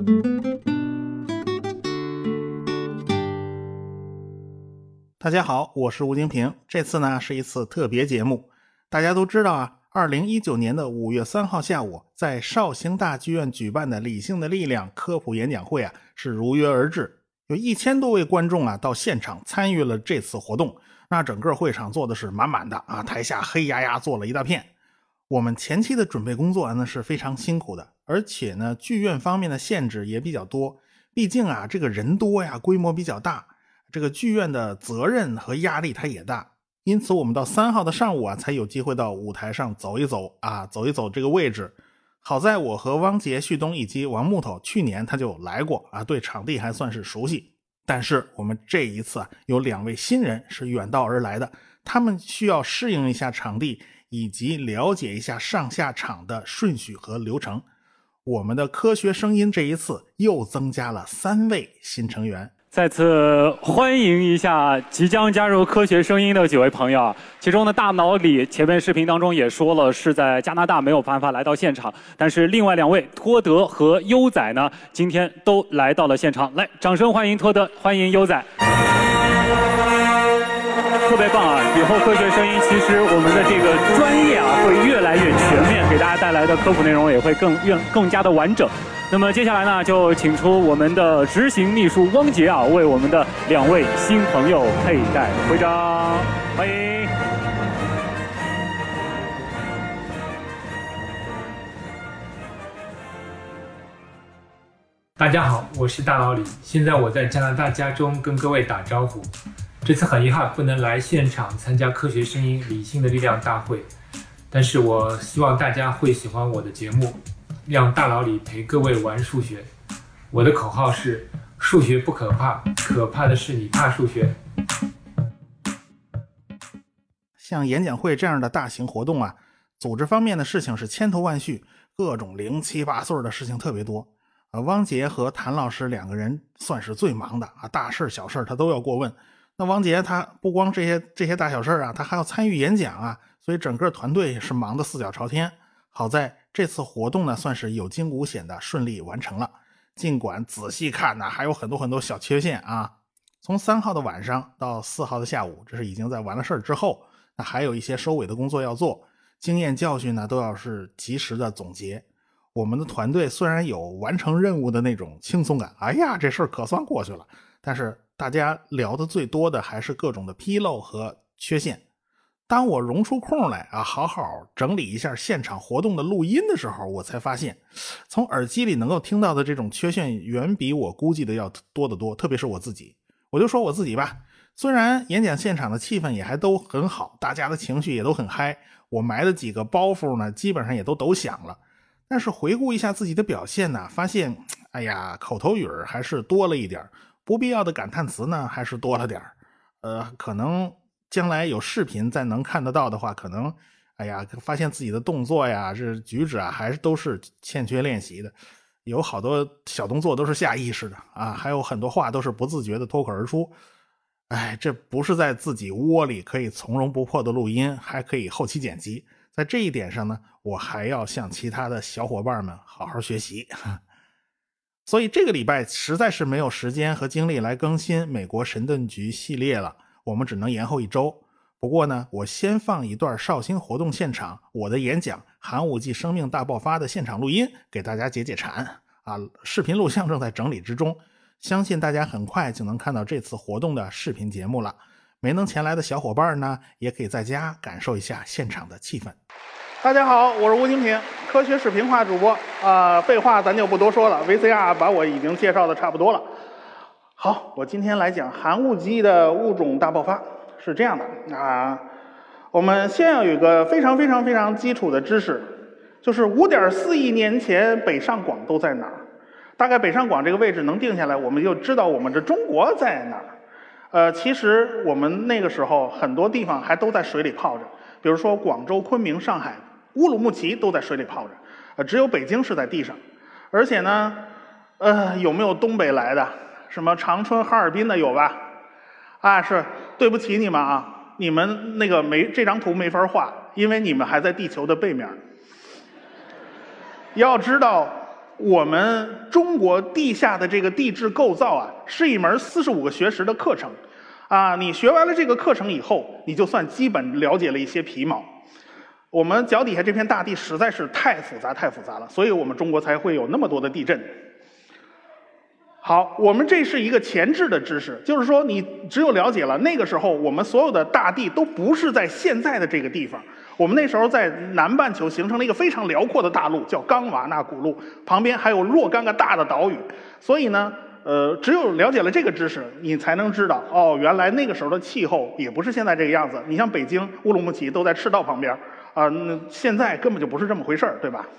大家好，我是吴京平。这次呢是一次特别节目。大家都知道啊，2019年的5月3号下午，在绍兴大剧院举办的理性的力量科普演讲会啊，是如约而至。有1000多位观众啊到现场参与了这次活动。那整个会场坐的是满满的啊，台下黑压压坐了一大片。我们前期的准备工作呢是非常辛苦的，而且呢剧院方面的限制也比较多。毕竟啊这个人多呀，规模比较大。这个剧院的责任和压力它也大，因此我们到3号的上午啊，才有机会到舞台上走一走这个位置。好在我和汪杰、旭东以及王木头去年他就来过啊，对场地还算是熟悉。但是我们这一次啊，有2位新人是远道而来的，他们需要适应一下场地，以及了解一下上下场的顺序和流程。我们的科学声音这一次又增加了3位新成员。 再次欢迎一下即将加入科学声音的几位朋友啊！其中的大脑里前面视频当中也说了是在加拿大没有办法来到现场，但是另外2位托德和优仔呢，今天都来到了现场。来，掌声欢迎托德，欢迎优仔。特别棒啊！以后科学声音其实我们的这个专业啊会越来越全面，给大家带来的科普内容也会更加的完整。那么接下来呢，就请出我们的执行秘书汪杰啊，为我们的2位新朋友佩戴徽章，欢迎。 大家好，我是大老李，现在我在加拿大家中跟各位打招呼。这次很遗憾不能来现场参加科学声音理性的力量大会，但是我希望大家会喜欢我的节目，让大老李陪各位玩数学。我的口号是：数学不可怕，可怕的是你怕数学。 像演讲会这样的大型活动啊，组织方面的事情是千头万绪，各种零七八碎的事情特别多。汪杰和谭老师2个人算是最忙的啊，大事小事他都要过问。那汪杰他不光这些大小事啊，他还要参与演讲啊，所以整个团队是忙得4脚朝天。好在这次活动呢，算是有惊无险的顺利完成了。尽管仔细看呢，还有很多小缺陷啊。从3号的晚上到4号的下午，这是已经在完了事之后，那还有一些收尾的工作要做，经验教训呢都要是及时的总结。我们的团队虽然有完成任务的那种轻松感，哎呀，这事儿可算过去了，但是大家聊的最多的还是各种的纰漏和缺陷。当我容出空来啊，好好整理一下现场活动的录音的时候，我才发现从耳机里能够听到的这种缺陷远比我估计的要多得多，特别是我自己。我就说我自己吧，虽然演讲现场的气氛也还都很好，大家的情绪也都很嗨，我埋的几个包袱呢基本上也都抖响了，但是回顾一下自己的表现呢，发现哎呀，口头语还是多了一点，不必要的感叹词呢还是多了点。可能将来有视频再能看得到的话，可能哎呀发现自己的动作呀这举止啊还是都是欠缺练习的，有好多小动作都是下意识的啊，还有很多话都是不自觉的脱口而出。哎，这不是在自己窝里可以从容不迫的录音，还可以后期剪辑。在这一点上呢，我还要向其他的小伙伴们好好学习。所以这个礼拜实在是没有时间和精力来更新美国神盾局系列了，我们只能延后1周。不过呢，我先放一段绍兴活动现场我的演讲寒武纪生命大爆发的现场录音给大家解解馋啊，视频录像正在整理之中，相信大家很快就能看到这次活动的视频节目了。没能前来的小伙伴呢，也可以在家感受一下现场的气氛。大家好，我是吴京平，科学视频化主播废话咱就不多说了， VCR 把我已经介绍的差不多了。好，我今天来讲寒武纪的物种大爆发。是这样的啊，我们先要有一个非常基础的知识，就是5.4亿年前北上广都在哪儿？大概北上广这个位置能定下来，我们就知道我们这中国在哪儿。其实我们那个时候很多地方还都在水里泡着，比如说广州、昆明、上海、乌鲁木齐都在水里泡着，只有北京是在地上。而且呢，有没有东北来的？什么长春、哈尔滨的有吧？啊，是，对不起你们啊，你们那个这张图没法画，因为你们还在地球的背面。要知道， 我们中国地下的这个地质构造啊，是一门45个学时的课程啊。你学完了这个课程以后，你就算基本了解了一些皮毛。我们脚底下这片大地实在是太复杂了，所以我们中国才会有那么多的地震。好，我们这是一个前置的知识，就是说你只有了解了那个时候我们所有的大地都不是在现在的这个地方，我们那时候在南半球形成了一个非常辽阔的大陆，叫冈瓦纳古陆，旁边还有若干个大的岛屿。所以呢，只有了解了这个知识，你才能知道哦，原来那个时候的气候也不是现在这个样子。你像北京乌鲁木齐都在赤道旁边啊，那现在根本就不是这么回事儿，对吧？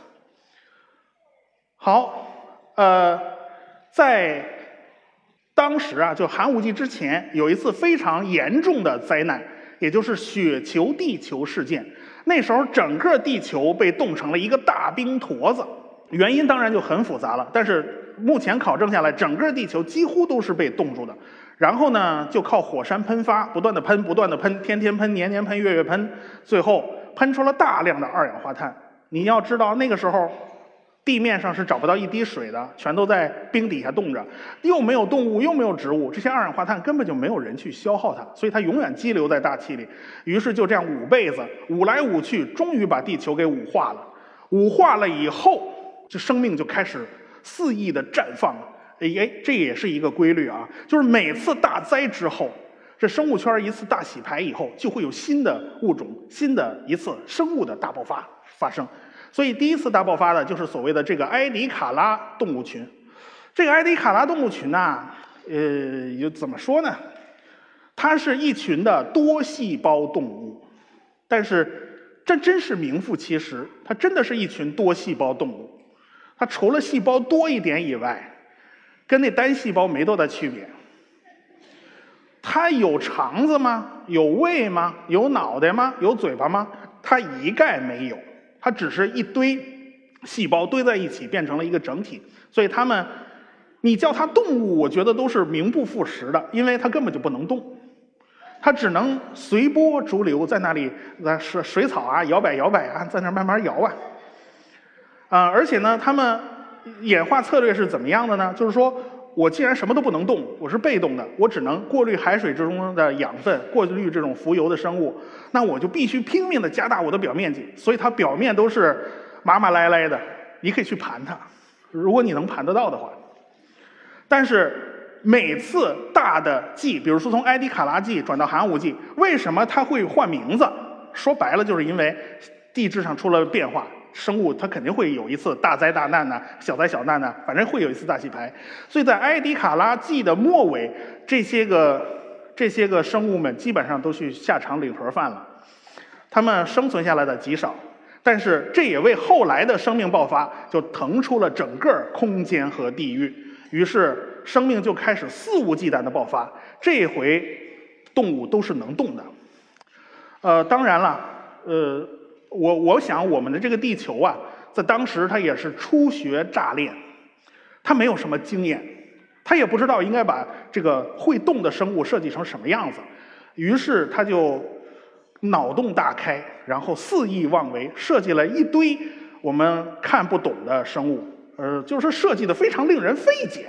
好，在当时啊，就寒武纪之前，有一次非常严重的灾难，也就是雪球地球事件。那时候整个地球被冻成了一个大冰坨子，原因当然就很复杂了，但是目前考证下来，整个地球几乎都是被冻住的。然后呢，就靠火山喷发，不断的喷，天天喷，年年喷，月月喷，最后喷出了大量的二氧化碳。你要知道，那个时候地面上是找不到一滴水的，全都在冰底下冻着，又没有动物，又没有植物，这些二氧化碳根本就没有人去消耗它，所以它永远激流在大气里。于是就这样捂被子，捂来捂去，终于把地球给捂化了。捂化了以后，这生命就开始肆意的绽放了。这也是一个规律啊，就是每次大灾之后，这生物圈一次大洗牌以后，就会有新的物种、新的一次生物的大爆发发生。所以第一次大爆发的就是所谓的这个埃迪卡拉动物群。这个埃迪卡拉动物群呢，又怎么说呢？它是一群的多细胞动物，但是这真是名副其实，它真的是一群多细胞动物。它除了细胞多一点以外，跟那单细胞没多大区别。它有肠子吗？有胃吗？有脑袋吗？有嘴巴吗？它一概没有。它只是一堆细胞堆在一起变成了一个整体，所以它们，你叫它动物，我觉得都是名不副实的，因为它根本就不能动，它只能随波逐流，在那里水草啊摇摆啊，在那慢慢摇啊，而且呢，它们演化策略是怎么样的呢？就是说我既然什么都不能动，我是被动的，我只能过滤海水之中的养分，过滤这种浮游的生物，那我就必须拼命的加大我的表面积，所以它表面都是麻麻赖赖的，你可以去盘它，如果你能盘得到的话。但是每次大的纪，比如说从埃迪卡拉纪转到寒武纪，为什么它会换名字？说白了就是因为地质上出了变化，生物它肯定会有一次大灾大难呢，小灾小难呢，反正会有一次大洗牌。所以在埃迪卡拉纪的末尾，这些个生物们基本上都去下场领盒饭了，它们生存下来的极少。但是这也为后来的生命爆发就腾出了整个空间和地域，于是生命就开始肆无忌惮的爆发。这回动物都是能动的。当然了，我想我们的这个地球啊，在当时它也是初学乍练，它没有什么经验，它也不知道应该把这个会动的生物设计成什么样子，于是它就脑洞大开，然后肆意妄为，设计了一堆我们看不懂的生物，就是设计的非常令人费解。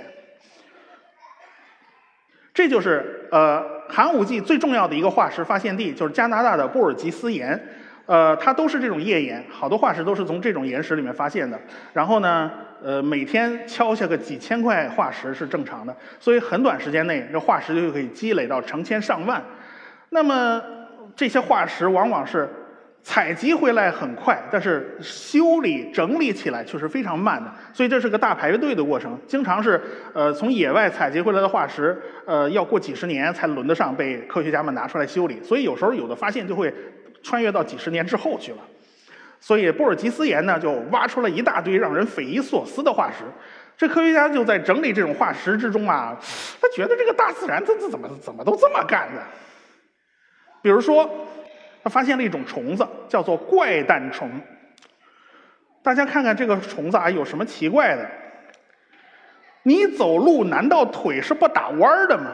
这就是寒武纪最重要的一个化石发现地，就是加拿大的波尔吉斯岩。它都是这种页岩，好多化石都是从这种岩石里面发现的。然后呢，每天敲下个几千块化石是正常的，所以很短时间内，这化石就可以积累到成千上万。那么这些化石往往是采集回来很快，但是修理整理起来却是非常慢的，所以这是个大排队的过程。经常是从野外采集回来的化石，要过几十年才轮得上被科学家们拿出来修理，所以有时候有的发现就会穿越到几十年之后去了。所以波尔吉斯岩呢，就挖出了一大堆让人匪夷所思的化石。这科学家就在整理这种化石之中啊，他觉得这个大自然这怎么都这么干的。比如说，他发现了一种虫子，叫做怪诞虫。大家看看这个虫子啊，有什么奇怪的？你走路难道腿是不打弯的吗？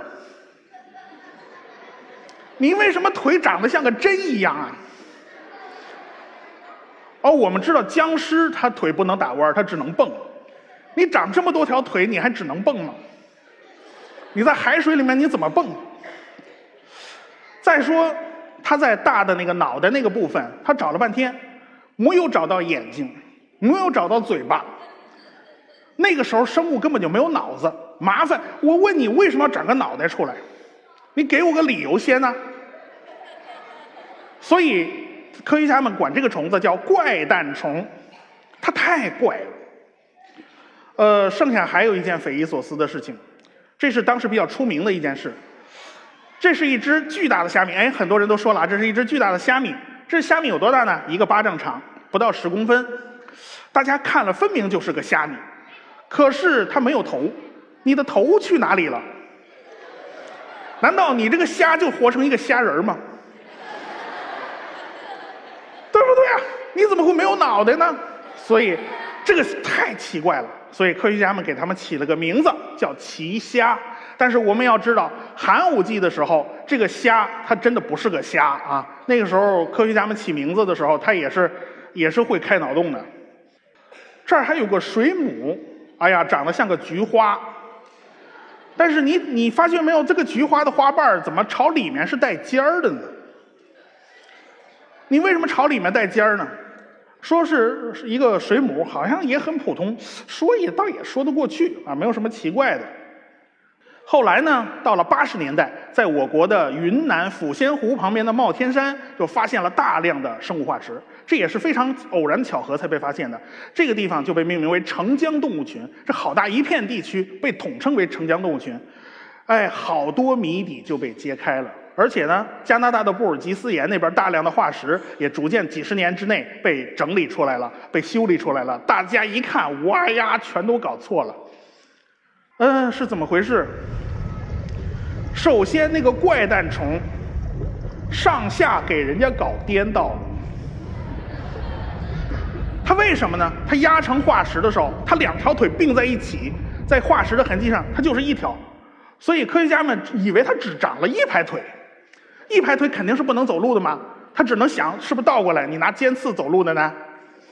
你为什么腿长得像个针一样啊？我们知道僵尸他腿不能打弯，他只能蹦。 你长这么多条腿，你还只能蹦吗？你在海水里面你怎么蹦？再说他在大的那个脑袋那个部分，他找了半天，没有找到眼睛，没有找到嘴巴。那个时候生物根本就没有脑子，麻烦我问你为什么要长个脑袋出来？你给我个理由先呢？所以科学家们管这个虫子叫怪诞虫，它太怪了。剩下还有一件匪夷所思的事情，这是当时比较出名的一件事。这是一只巨大的虾米，很多人都说了，这是一只巨大的虾米。这虾米有多大呢？一个巴掌长，不到10公分。大家看了，分明就是个虾米，可是它没有头，你的头去哪里了？难道你这个虾就活成一个虾仁吗？对不对啊？你怎么会没有脑袋呢？所以这个太奇怪了，所以科学家们给他们起了个名字叫奇虾。但是我们要知道，寒武纪的时候，这个虾它真的不是个虾啊。那个时候科学家们起名字的时候，它也是会开脑洞的。这儿还有个水母，哎呀，长得像个菊花。但是你发现没有，这个菊花的花瓣怎么朝里面是带尖儿的呢？你为什么朝里面带尖儿呢？说是一个水母，好像也很普通，说也倒也说得过去啊，没有什么奇怪的。后来呢，到了80年代，在我国的云南抚仙湖旁边的帽天山，就发现了大量的生物化石，这也是非常偶然巧合才被发现的。这个地方就被命名为澄江动物群，这好大一片地区被统称为澄江动物群。好多谜底就被揭开了。而且呢，加拿大的布尔吉斯岩那边大量的化石也逐渐几十年之内被整理出来了，被修理出来了。大家一看，哇呀，全都搞错了。是怎么回事？首先，那个怪诞虫上下给人家搞颠倒了。它为什么呢？它压成化石的时候，它2条腿并在一起，在化石的痕迹上，它就是一条。所以科学家们以为它只长了1排腿，1排腿肯定是不能走路的嘛，它只能想是不是倒过来，你拿尖刺走路的呢？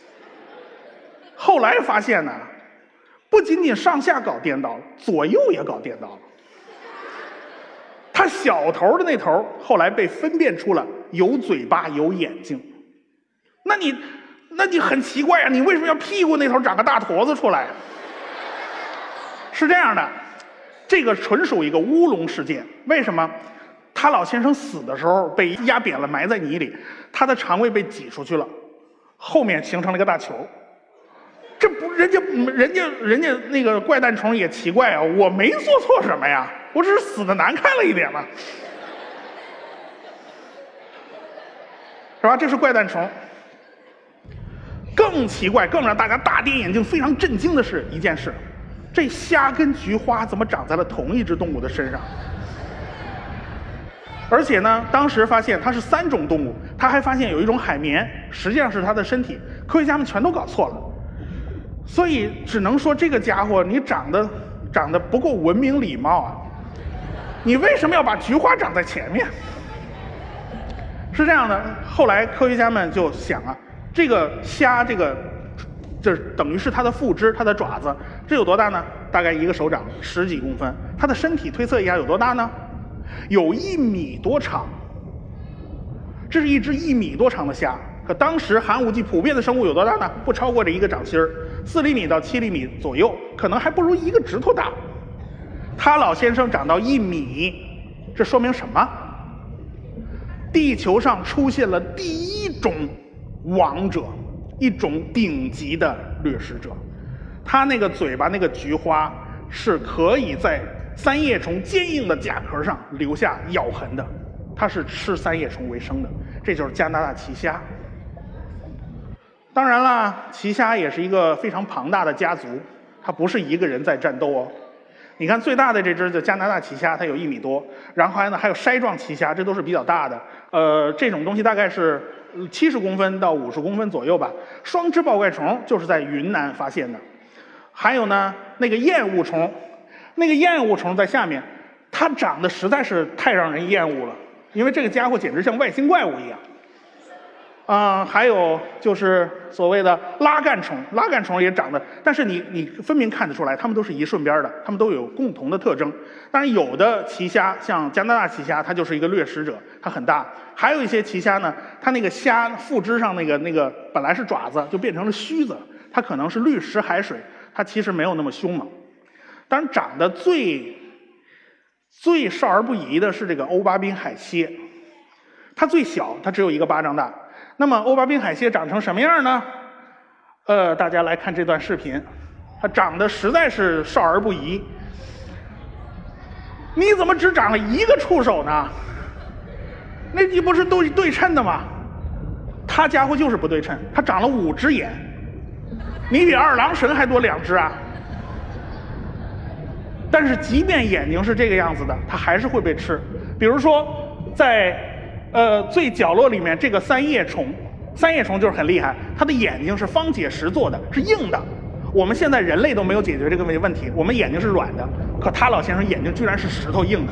后来发现呢，不仅仅上下搞颠倒了，左右也搞颠倒了。它小头的那头后来被分辨出了有嘴巴有眼睛。那你很奇怪啊，你为什么要屁股那头长个大坨子出来？是这样的，这个纯属一个乌龙事件。为什么？他老先生死的时候被压扁了，埋在泥里，他的肠胃被挤出去了，后面形成了一个大球。这不，人家那个怪诞虫也奇怪啊，我没做错什么呀，我只是死的难看了一点嘛，是吧？这是怪诞虫。更奇怪、更让大家大跌眼镜、非常震惊的是一件事：这虾跟菊花怎么长在了同一只动物的身上？而且呢，当时发现它是3种动物，他还发现有一种海绵，实际上是它的身体。科学家们全都搞错了。所以只能说这个家伙你长得不够文明礼貌啊！你为什么要把菊花长在前面？是这样的，后来科学家们就想啊，这个虾这等于是它的腹肢，它的爪子，这有多大呢？大概1个手掌，10几公分。它的身体推测一下有多大呢？有1米多长。这是一只1米多长的虾。可当时寒武纪普遍的生物有多大呢？不超过这1个掌心儿，4厘米到7厘米左右，可能还不如1个指头大。他老先生长到1米，这说明什么？地球上出现了第1种王者，一种顶级的掠食者。他那个嘴巴那个菊花是可以在3叶虫坚硬的甲壳上留下咬痕的，它是吃3叶虫为生的，这就是加拿大奇虾。当然了，奇虾也是一个非常庞大的家族，它不是一个人在战斗哦。你看最大的这只叫加拿大奇虾，它有1米多，然后还有筛状奇虾，这都是比较大的。这种东西大概是70公分到50公分左右吧。双翅暴怪虫就是在云南发现的。还有呢，那个厌恶虫，那个厌恶虫在下面，它长得实在是太让人厌恶了，因为这个家伙简直像外星怪物一样。 还有就是所谓的拉干虫，拉干虫也长得，但是你分明看得出来，它们都是一顺边的，它们都有共同的特征。当然，有的奇虾，像加拿大奇虾，它就是一个掠食者，它很大；还有一些奇虾呢，它那个虾腹肢上那个本来是爪子，就变成了须子，它可能是滤食海水，它其实没有那么凶猛。当然，长得最少儿不宜的是这个欧巴宾海蝎，它最小，它只有1个巴掌大。那么欧巴宾海蝎长成什么样呢？大家来看这段视频，它长得实在是少儿不宜。你怎么只长了1个触手呢？那你不是都对称的吗？他家伙就是不对称，他长了5只眼，你比二郎神还多2只啊！但是即便眼睛是这个样子的，它还是会被吃。比如说，在最角落里面这个三叶虫就是很厉害，它的眼睛是方解石做的，是硬的。我们现在人类都没有解决这个问题，我们眼睛是软的，可他老先生眼睛居然是石头硬的。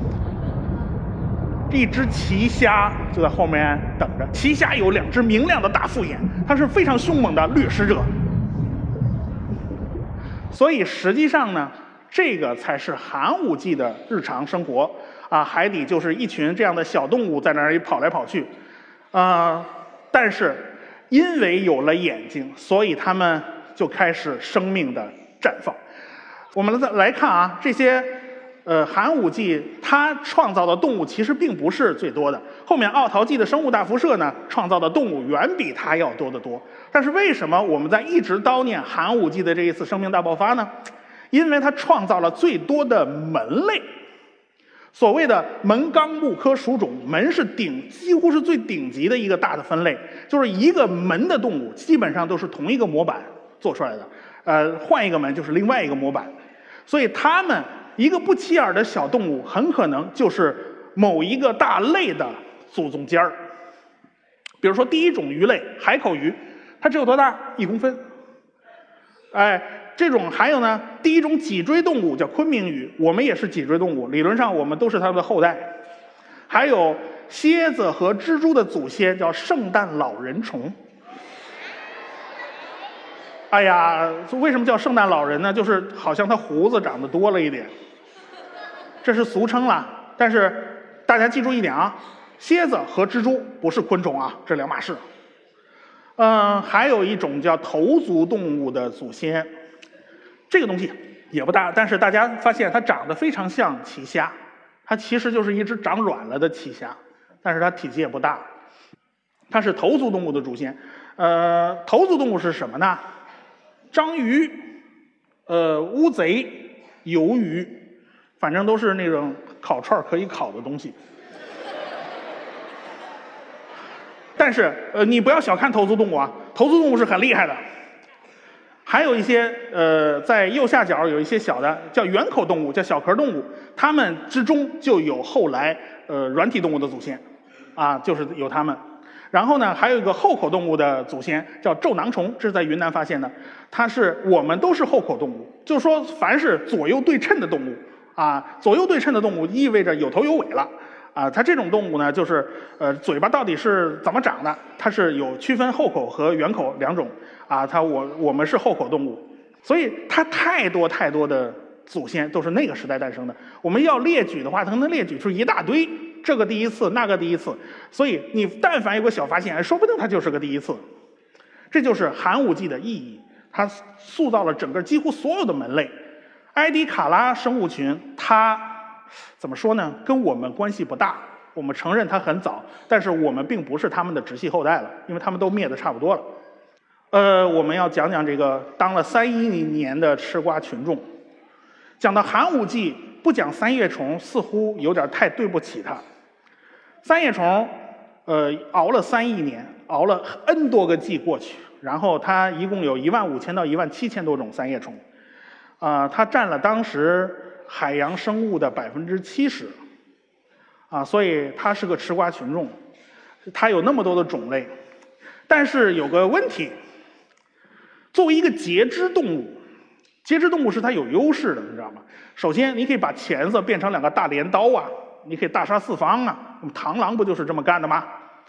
一只奇虾就在后面等着，奇虾有2只明亮的大复眼，它是非常凶猛的掠食者。所以实际上呢，这个才是寒武纪的日常生活啊，海底就是一群这样的小动物在那里跑来跑去，但是因为有了眼睛，所以它们就开始生命的绽放。我们来看啊，这些寒武纪它创造的动物其实并不是最多的，后面奥陶纪的生物大辐射呢创造的动物远比它要多得多。但是为什么我们在一直叨念寒武纪的这一次生命大爆发呢？因为它创造了最多的门类。所谓的门纲目科属种，门是几乎是最顶级的一个大的分类，就是一个门的动物基本上都是同一个模板做出来的，换一个门就是另外一个模板，所以它们一个不起眼的小动物很可能就是某一个大类的祖宗尖儿。比如说第一种鱼类海口鱼，它只有多大？1公分。这种还有呢，第一种脊椎动物叫昆明鱼，我们也是脊椎动物，理论上我们都是它们的后代。还有蝎子和蜘蛛的祖先叫圣诞老人虫。哎呀，为什么叫圣诞老人呢？就是好像他胡子长得多了一点，这是俗称了。但是大家记住一点啊，蝎子和蜘蛛不是昆虫啊，这2码事。还有一种叫头足动物的祖先，这个东西也不大，但是大家发现它长得非常像奇虾，它其实就是一只长软了的奇虾，但是它体积也不大。它是头足动物的祖先。头足动物是什么呢？章鱼、乌贼、鱿鱼，反正都是那种烤串可以烤的东西。但是你不要小看头足动物啊，头足动物是很厉害的。还有一些在右下角有一些小的叫圆口动物，叫小壳动物，它们之中就有后来软体动物的祖先啊，就是有它们。然后呢，还有一个后口动物的祖先叫皱囊虫，这是在云南发现的。我们都是后口动物，就是说凡是左右对称的动物啊，左右对称的动物意味着有头有尾了。它这种动物呢，就是嘴巴到底是怎么长的？它是有区分后口和圆口2种啊。我们是后口动物，所以它太多的祖先都是那个时代诞生的。我们要列举的话，它能列举出一大堆，这个第一次，那个第一次。所以你但凡有个小发现，说不定它就是个第一次。这就是寒武纪的意义，它塑造了整个几乎所有的门类。埃迪卡拉生物群，它怎么说呢？跟我们关系不大，我们承认它很早，但是我们并不是他们的直系后代了，因为他们都灭得差不多了。我们要讲讲这个当了311年的吃瓜群众。讲到寒武纪，不讲三叶虫似乎有点太对不起它。三叶虫，熬了3亿年，熬了 N 多个纪过去，然后它一共有15000到17000多种三叶虫，它占了当时海洋生物的70%，所以它是个吃瓜群众，它有那么多的种类。但是有个问题，作为一个节肢动物，节肢动物是它有优势的，你知道吗？首先，你可以把钳子变成2个大镰刀啊，你可以大杀四方啊，那么螳螂不就是这么干的吗？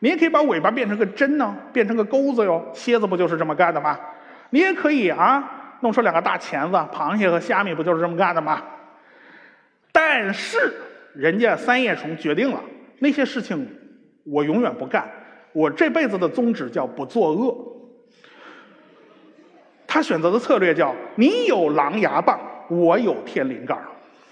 你也可以把尾巴变成个针呢，变成个钩子哟。蝎子不就是这么干的吗？你也可以啊，弄出两个大钳子，螃蟹和虾米不就是这么干的吗？但是人家三叶虫决定了，那些事情我永远不干，我这辈子的宗旨叫不作恶。他选择的策略叫你有狼牙棒，我有天灵盖。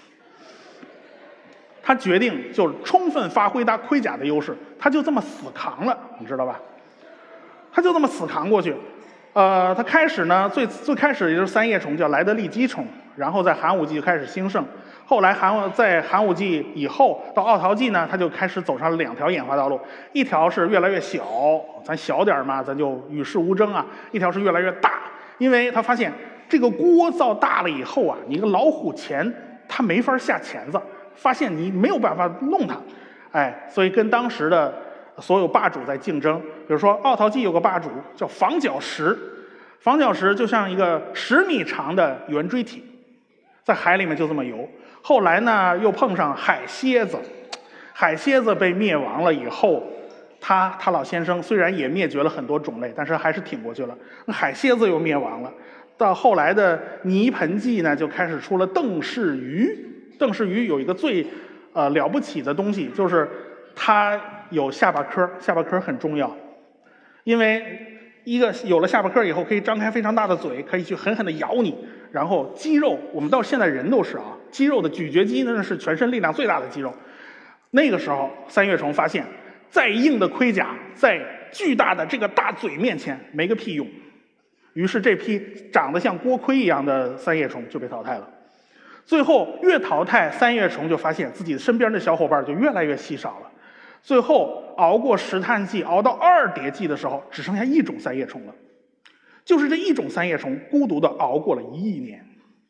他决定就是充分发挥他盔甲的优势，他就这么死扛了，你知道吧？他就这么死扛过去。他开始呢，最开始也就是三叶虫叫莱德利基虫，然后在寒武纪就开始兴盛。后来在寒武纪以后到奥陶纪呢，他就开始走上了两条演化道路，一条是越来越小，咱小点嘛，咱就与世无争啊；一条是越来越大，因为他发现这个锅造大了以后啊，你个老虎钳它没法下钳子，发现你没有办法弄它，所以跟当时的所有霸主在竞争。比如说奥陶纪有个霸主叫防角石，防角石就像一个10米长的圆锥体，在海里面就这么游。后来呢，又碰上海蝎子，海蝎子被灭亡了以后，他老先生虽然也灭绝了很多种类，但是还是挺过去了。海蝎子又灭亡了，到后来的泥盆纪呢，就开始出了邓氏鱼。邓氏鱼有一个最了不起的东西，就是它有下巴颏，下巴颏很重要，因为有了下巴颏以后，可以张开非常大的嘴，可以去狠狠地咬你。然后肌肉，我们到现在人都是啊，肌肉的咀嚼肌那是全身力量最大的肌肉。那个时候，三叶虫发现，再硬的盔甲在巨大的这个大嘴面前没个屁用。于是这批长得像锅盔一样的三叶虫就被淘汰了。最后越淘汰，三叶虫就发现自己身边的小伙伴就越来越稀少了。最后熬过石炭纪，熬到2叠纪的时候，只剩下一种三叶虫了。就是这一种三叶虫孤独地熬过了1亿年。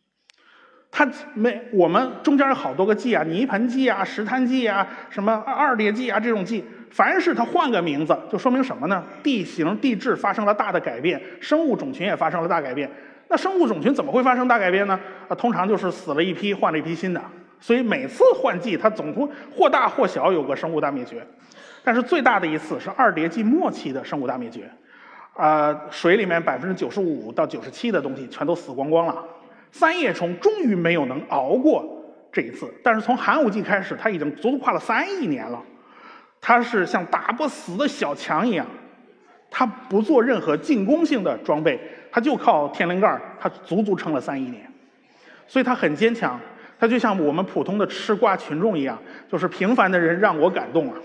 我们中间有好多个纪啊，泥盆纪啊、石炭纪啊、什么2叠纪啊这种纪，凡是它换个名字，就说明什么呢？地形地质发生了大的改变，生物种群也发生了大改变。那生物种群怎么会发生大改变呢？通常就是死了一批，换了一批新的。所以每次换季，它总会或大或小有个生物大灭绝。但是最大的一次是2叠纪末期的生物大灭绝。水里面95%到97%的东西全都死光光了。三叶虫终于没有能熬过这一次，但是从寒武纪开始，它已经足足跨了3亿年了。它是像打不死的小强一样，它不做任何进攻性的装备，它就靠天灵盖，它足足撑了3亿年。所以它很坚强，它就像我们普通的吃瓜群众一样，就是平凡的人让我感动啊。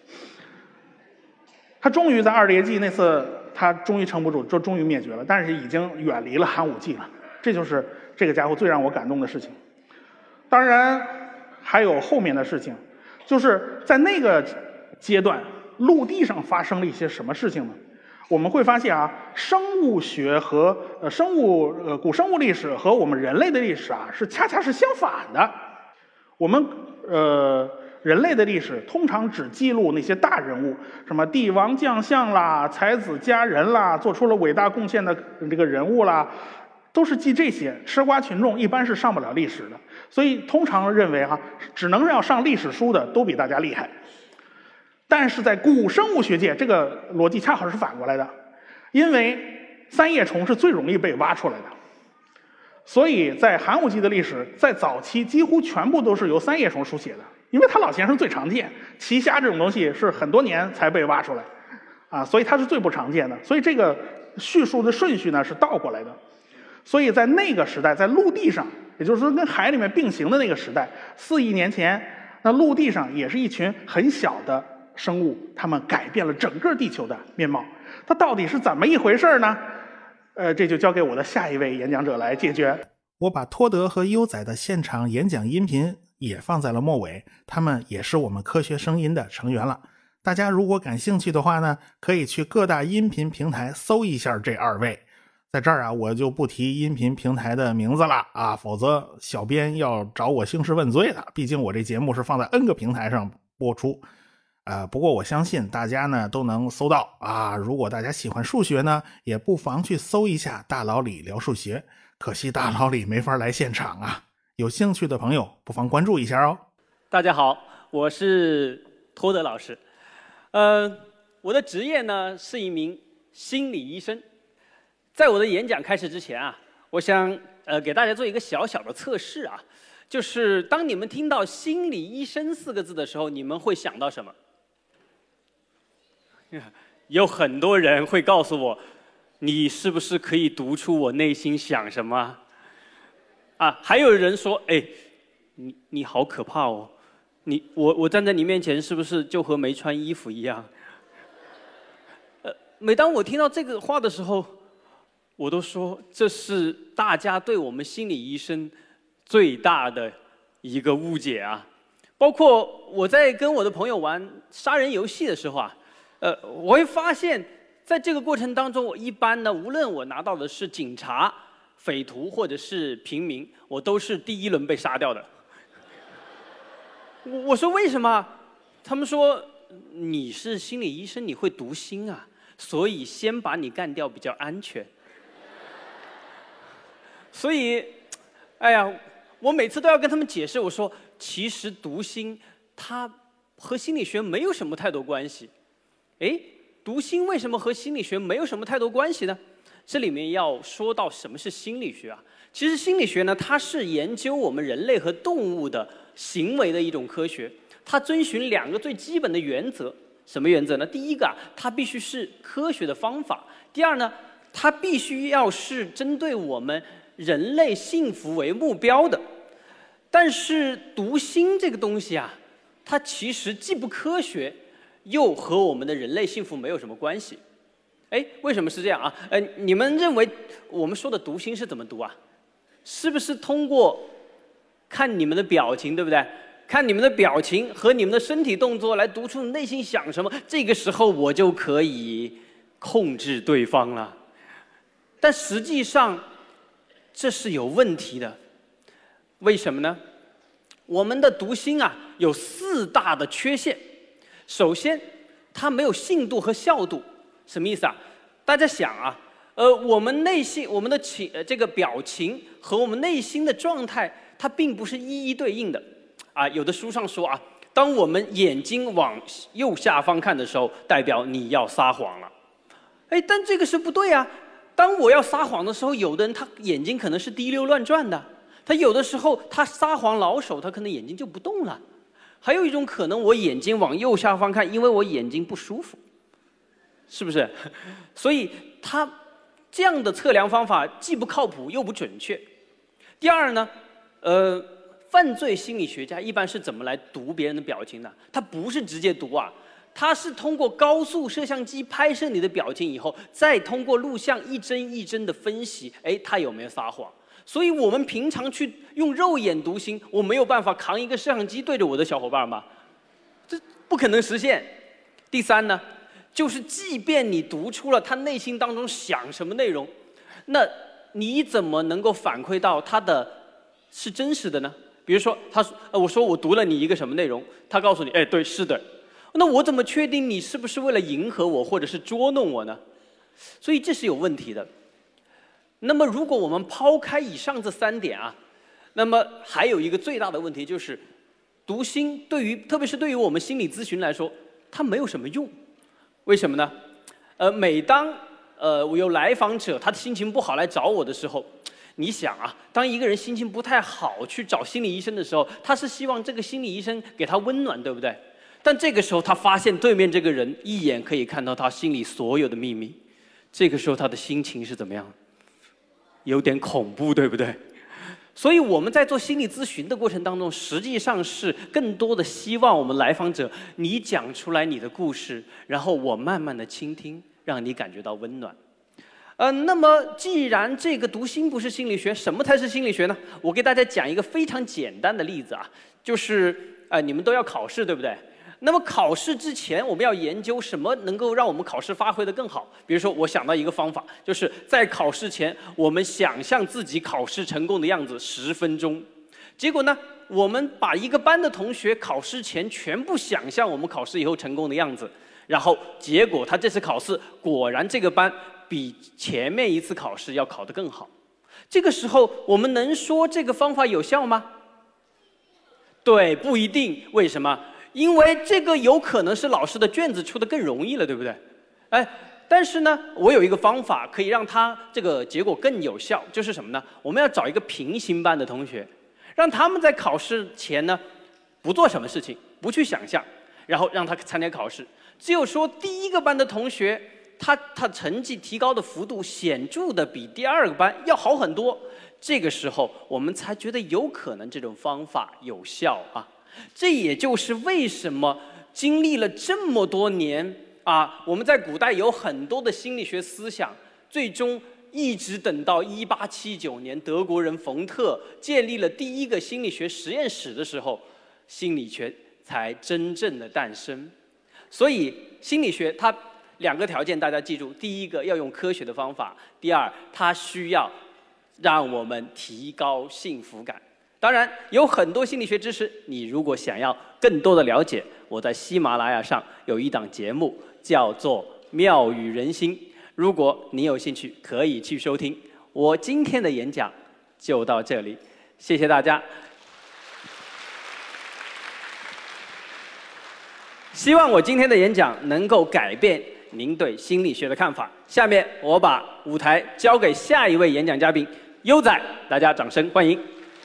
它终于在2叠纪那次，它终于撑不住，就终于灭绝了，但是已经远离了寒武纪了。这就是这个家伙最让我感动的事情。当然还有后面的事情，就是在那个阶段陆地上发生了一些什么事情呢？我们会发现啊，生物学和古生物历史和我们人类的历史啊恰恰是相反的。我们人类的历史通常只记录那些大人物，什么帝王将相啦、才子佳人啦，做出了伟大贡献的这个人物啦，都是记这些。吃瓜群众一般是上不了历史的，所以通常认为只能要上历史书的都比大家厉害。但是在古生物学界，这个逻辑恰好是反过来的，因为三叶虫是最容易被挖出来的，所以在寒武纪的历史，在早期几乎全部都是由三叶虫书写的，因为它老先生最常见，奇虾这种东西是很多年才被挖出来，所以它是最不常见的，所以这个叙述的顺序呢是倒过来的。所以在那个时代，在陆地上，也就是说跟海里面并行的那个时代，4亿年前，那陆地上也是一群很小的生物，它们改变了整个地球的面貌。它到底是怎么一回事呢？这就交给我的下一位演讲者来解决。 我把托德和优仔的现场演讲音频也放在了末尾，他们也是我们科学声音的成员了。大家如果感兴趣的话呢，可以去各大音频平台搜一下这2位。在这儿我就不提音频平台的名字了否则小编要找我兴师问罪的。毕竟我这节目是放在 N 个平台上播出。不过我相信大家呢都能搜到如果大家喜欢数学呢，也不妨去搜一下大老李聊数学。可惜大老李没法来现场有兴趣的朋友不妨关注一下哦。 大家好，我是托德老师。 我的职业呢是一名心理医生。在我的演讲开始之前啊，我想给大家做一个小小的测试啊，就是当你们听到"心理医生"4个字的时候，你们会想到什么？有很多人会告诉我，你是不是可以读出我内心想什么？啊，还有人说，哎，你好可怕哦，我站在你面前是不是就和没穿衣服一样？每当我听到这个话的时候，我都说这是大家对我们心理医生最大的一个误解啊！包括我在跟我的朋友玩杀人游戏的时候啊，我会发现，在这个过程当中，我一般呢，无论我拿到的是警察、匪徒或者是平民，我都是第一轮被杀掉的。我说为什么？他们说你是心理医生，你会读心啊，所以先把你干掉比较安全。所以，哎呀，我每次都要跟他们解释，我说其实读心它和心理学没有什么太多关系。哎，读心为什么和心理学没有什么太多关系呢？这里面要说到什么是心理学啊？其实心理学呢，它是研究我们人类和动物的行为的一种科学。它遵循2个最基本的原则，什么原则呢？第一个啊，它必须是科学的方法；第二呢，它必须要是针对我们人类幸福为目标的。但是读心这个东西啊，它其实既不科学，又和我们的人类幸福没有什么关系。哎，为什么是这样啊？你们认为我们说的读心是怎么读啊？是不是通过看你们的表情，对不对？看你们的表情和你们的身体动作来读出你内心想什么，这个时候我就可以控制对方了。但实际上这是有问题的，为什么呢？我们的读心啊有4大的缺陷。首先，它没有信度和效度。什么意思啊？大家想啊，我们内心、我们的这个表情和我们内心的状态，它并不是一一对应的。啊，有的书上说啊，当我们眼睛往右下方看的时候，代表你要撒谎了。哎，但这个是不对啊。当我要撒谎的时候，有的人他眼睛可能是滴溜乱转的，他有的时候他撒谎老手，他可能眼睛就不动了。还有一种可能，我眼睛往右下方看，因为我眼睛不舒服，是不是？所以他这样的测量方法既不靠谱又不准确。第二呢，犯罪心理学家一般是怎么来读别人的表情呢？他不是直接读啊，他是通过高速摄像机拍摄你的表情以后，再通过录像一帧一帧的分析，哎，他有没有撒谎？所以我们平常去用肉眼读心，我没有办法扛一个摄像机对着我的小伙伴吧，这不可能实现。第三呢，就是即便你读出了他内心当中想什么内容，那你怎么能够反馈到他的是真实的呢？比如说，我说我读了你一个什么内容，他告诉你，哎，对，是的。那我怎么确定你是不是为了迎合我或者是捉弄我呢？所以这是有问题的。那么如果我们抛开以上这3点啊，那么还有一个最大的问题就是，读心特别是对于我们心理咨询来说，它没有什么用。为什么呢？每当我有来访者他的心情不好来找我的时候，你想啊，当一个人心情不太好去找心理医生的时候，他是希望这个心理医生给他温暖，对不对？但这个时候他发现对面这个人一眼可以看到他心里所有的秘密，这个时候他的心情是怎么样？有点恐怖，对不对？所以我们在做心理咨询的过程当中，实际上是更多的希望我们来访者你讲出来你的故事，然后我慢慢的倾听，让你感觉到温暖。那么既然这个读心不是心理学，什么才是心理学呢？我给大家讲一个非常简单的例子啊，就是你们都要考试，对不对？那么考试之前，我们要研究什么能够让我们考试发挥得更好。比如说，我想到一个方法，就是在考试前，我们想象自己考试成功的样子10分钟。结果呢，我们把一个班的同学考试前全部想象我们考试以后成功的样子，然后结果他这次考试果然这个班比前面一次考试要考得更好。这个时候，我们能说这个方法有效吗？对，不一定。为什么？ 因为这个有可能是老师的卷子出的更容易了，对不对？哎，但是呢，我有一个方法可以让他这个结果更有效，就是什么呢？我们要找一个平行班的同学，让他们在考试前呢不做什么事情，不去想象，然后让他参加考试。只有说第一个班的同学，他成绩提高的幅度显著的比第二个班要好很多，这个时候我们才觉得有可能这种方法有效啊。这也就是为什么经历了这么多年啊，我们在古代有很多的心理学思想，最终一直等到1879年德国人冯特建立了第一个心理学实验室的时候，心理学才真正的诞生。所以心理学它2个条件大家记住：第一个要用科学的方法，第二它需要让我们提高幸福感。当然有很多心理学知识，你如果想要更多的了解，我在喜马拉雅上有一档节目叫做《妙语人心》，如果你有兴趣可以去收听。我今天的演讲就到这里，谢谢大家。希望我今天的演讲能够改变您对心理学的看法。下面我把舞台交给下一位演讲嘉宾优仔，大家掌声欢迎。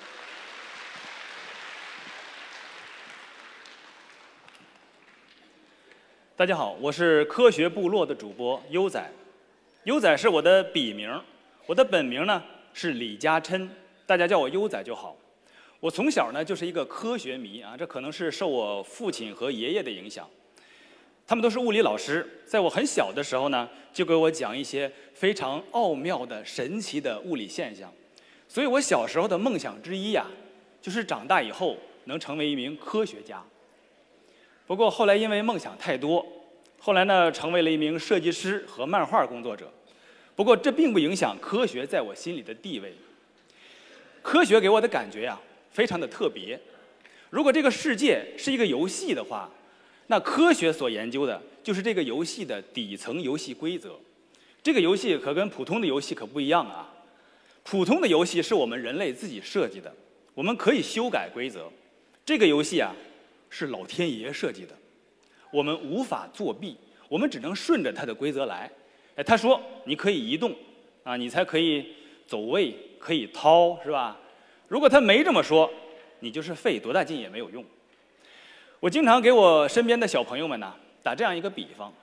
大家好，我是科学部落的主播优仔。优仔是我的笔名，我的本名呢是李嘉琛，大家叫我优仔就好。我从小呢就是一个科学迷啊，这可能是受我父亲和爷爷的影响。他们都是物理老师，在我很小的时候呢，就给我讲一些非常奥妙的、神奇的物理现象。所以我小时候的梦想之一呀，就是长大以后能成为一名科学家。不过后来因为梦想太多，后来呢成为了一名设计师和漫画工作者。不过这并不影响科学在我心里的地位。科学给我的感觉呀，非常的特别。如果这个世界是一个游戏的话，那科学所研究的就是这个游戏的底层游戏规则。这个游戏可跟普通的游戏可不一样啊。普通的游戏是我们人类自己设计的，我们可以修改规则。这个游戏啊，是老天爷设计的，我们无法作弊，我们只能顺着它的规则来。哎，他说你可以移动啊，你才可以走位，可以掏，是吧？如果他没这么说，你就是费多大劲也没有用。我经常给我身边的小朋友们呢打这样一个比方：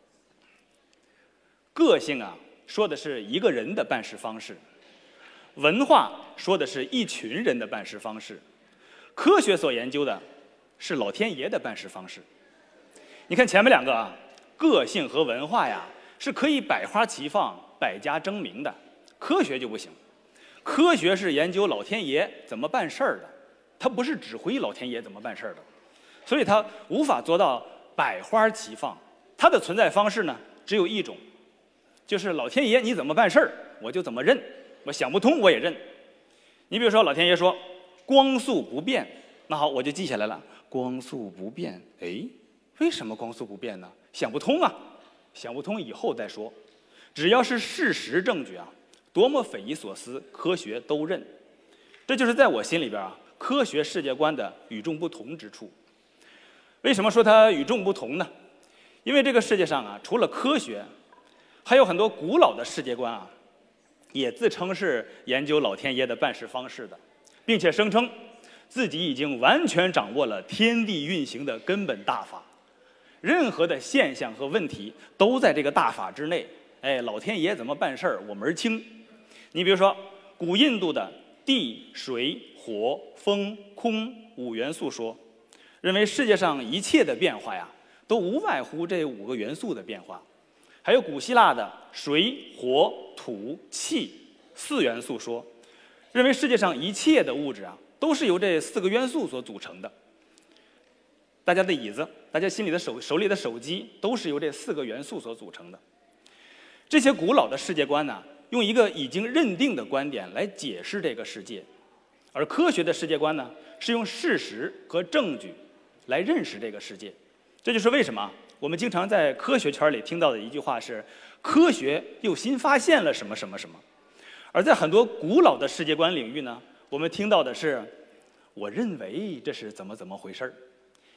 个性啊，说的是一个人的办事方式；文化说的是一群人的办事方式；科学所研究的是老天爷的办事方式。你看前面2个啊，个性和文化呀是可以百花齐放、百家争鸣的，科学就不行。科学是研究老天爷怎么办事儿的，它不是指挥老天爷怎么办事儿的，所以它无法做到百花齐放。它的存在方式呢只有一种，就是老天爷你怎么办事儿，我就怎么认，我想不通我也认。你比如说老天爷说光速不变，那好，我就记下来了，光速不变。哎，为什么光速不变呢？想不通啊，想不通以后再说。只要是事实证据啊，多么匪夷所思，科学都认。这就是在我心里边啊，科学世界观的与众不同之处。为什么说它与众不同呢？因为这个世界上啊，除了科学，还有很多古老的世界观啊，也自称是研究老天爷的办事方式的，并且声称自己已经完全掌握了天地运行的根本大法，任何的现象和问题都在这个大法之内。哎，老天爷怎么办事儿，我门儿清。你比如说，古印度的地、水、火、风、空5元素说，认为世界上一切的变化呀，都无外乎这5个元素的变化。还有古希腊的水、火、土、气4元素说，认为世界上一切的物质啊，都是由这4个元素所组成的。大家的椅子，大家心里的手里的手机，都是由这4个元素所组成的。这些古老的世界观呢，用一个已经认定的观点来解释这个世界，而科学的世界观呢，是用事实和证据来认识这个世界。这就是为什么我们经常在科学圈里听到的一句话是：科学又新发现了什么什么什么。而在很多古老的世界观领域呢，我们听到的是：我认为这是怎么回事儿。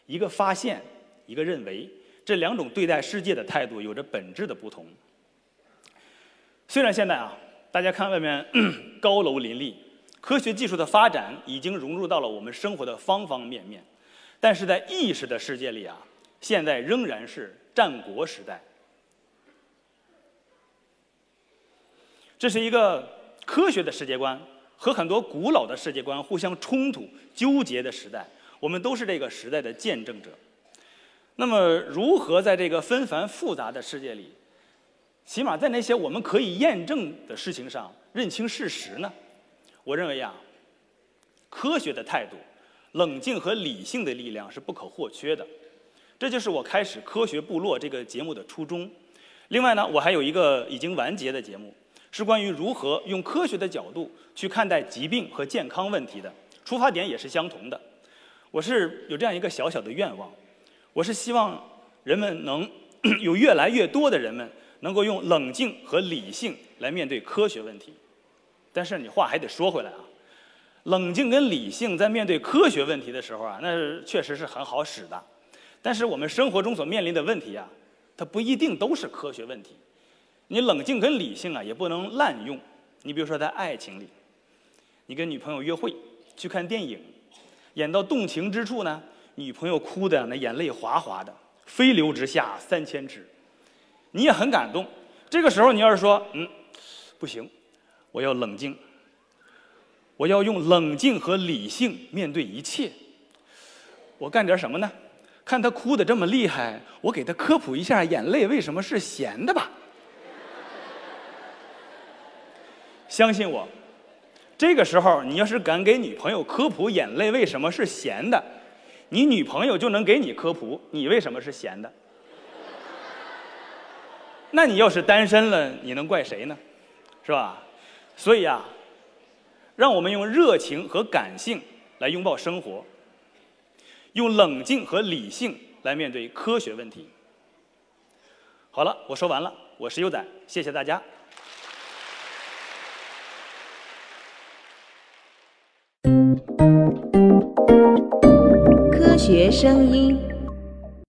一个发现，一个认为，这两种对待世界的态度有着本质的不同。虽然现在啊，大家看外面高楼林立，科学技术的发展已经融入到了我们生活的方方面面，但是在意识的世界里啊，现在仍然是战国时代。这是一个科学的世界观和很多古老的世界观互相冲突、纠结的时代，我们都是这个时代的见证者。那么，如何在这个纷繁复杂的世界里，起码在那些我们可以验证的事情上认清事实呢？我认为啊，科学的态度、冷静和理性的力量是不可或缺的。这就是我开始科学部落这个节目的初衷。另外呢，我还有一个已经完结的节目，是关于如何用科学的角度去看待疾病和健康问题的，出发点也是相同的。我是有这样一个小小的愿望，我是希望人们能有越来越多的人们能够用冷静和理性来面对科学问题。但是你话还得说回来啊，冷静跟理性在面对科学问题的时候啊，那确实是很好使的。但是我们生活中所面临的问题啊，它不一定都是科学问题。你冷静跟理性啊，也不能滥用。你比如说在爱情里，你跟女朋友约会去看电影，演到动情之处呢，女朋友哭的那眼泪哗哗的，飞流直下3000尺，你也很感动。这个时候你要是说不行，我要冷静，我要用冷静和理性面对一切。我干点什么呢？看他哭得这么厉害，我给他科普一下眼泪为什么是咸的吧。相信我，这个时候你要是敢给女朋友科普眼泪为什么是咸的，你女朋友就能给你科普你为什么是咸的。那你要是单身了，你能怪谁呢？是吧？所以啊，让我们用热情和感性来拥抱生活，用冷静和理性来面对科学问题。好了，我说完了，我是优仔，谢谢大家。 科学声音。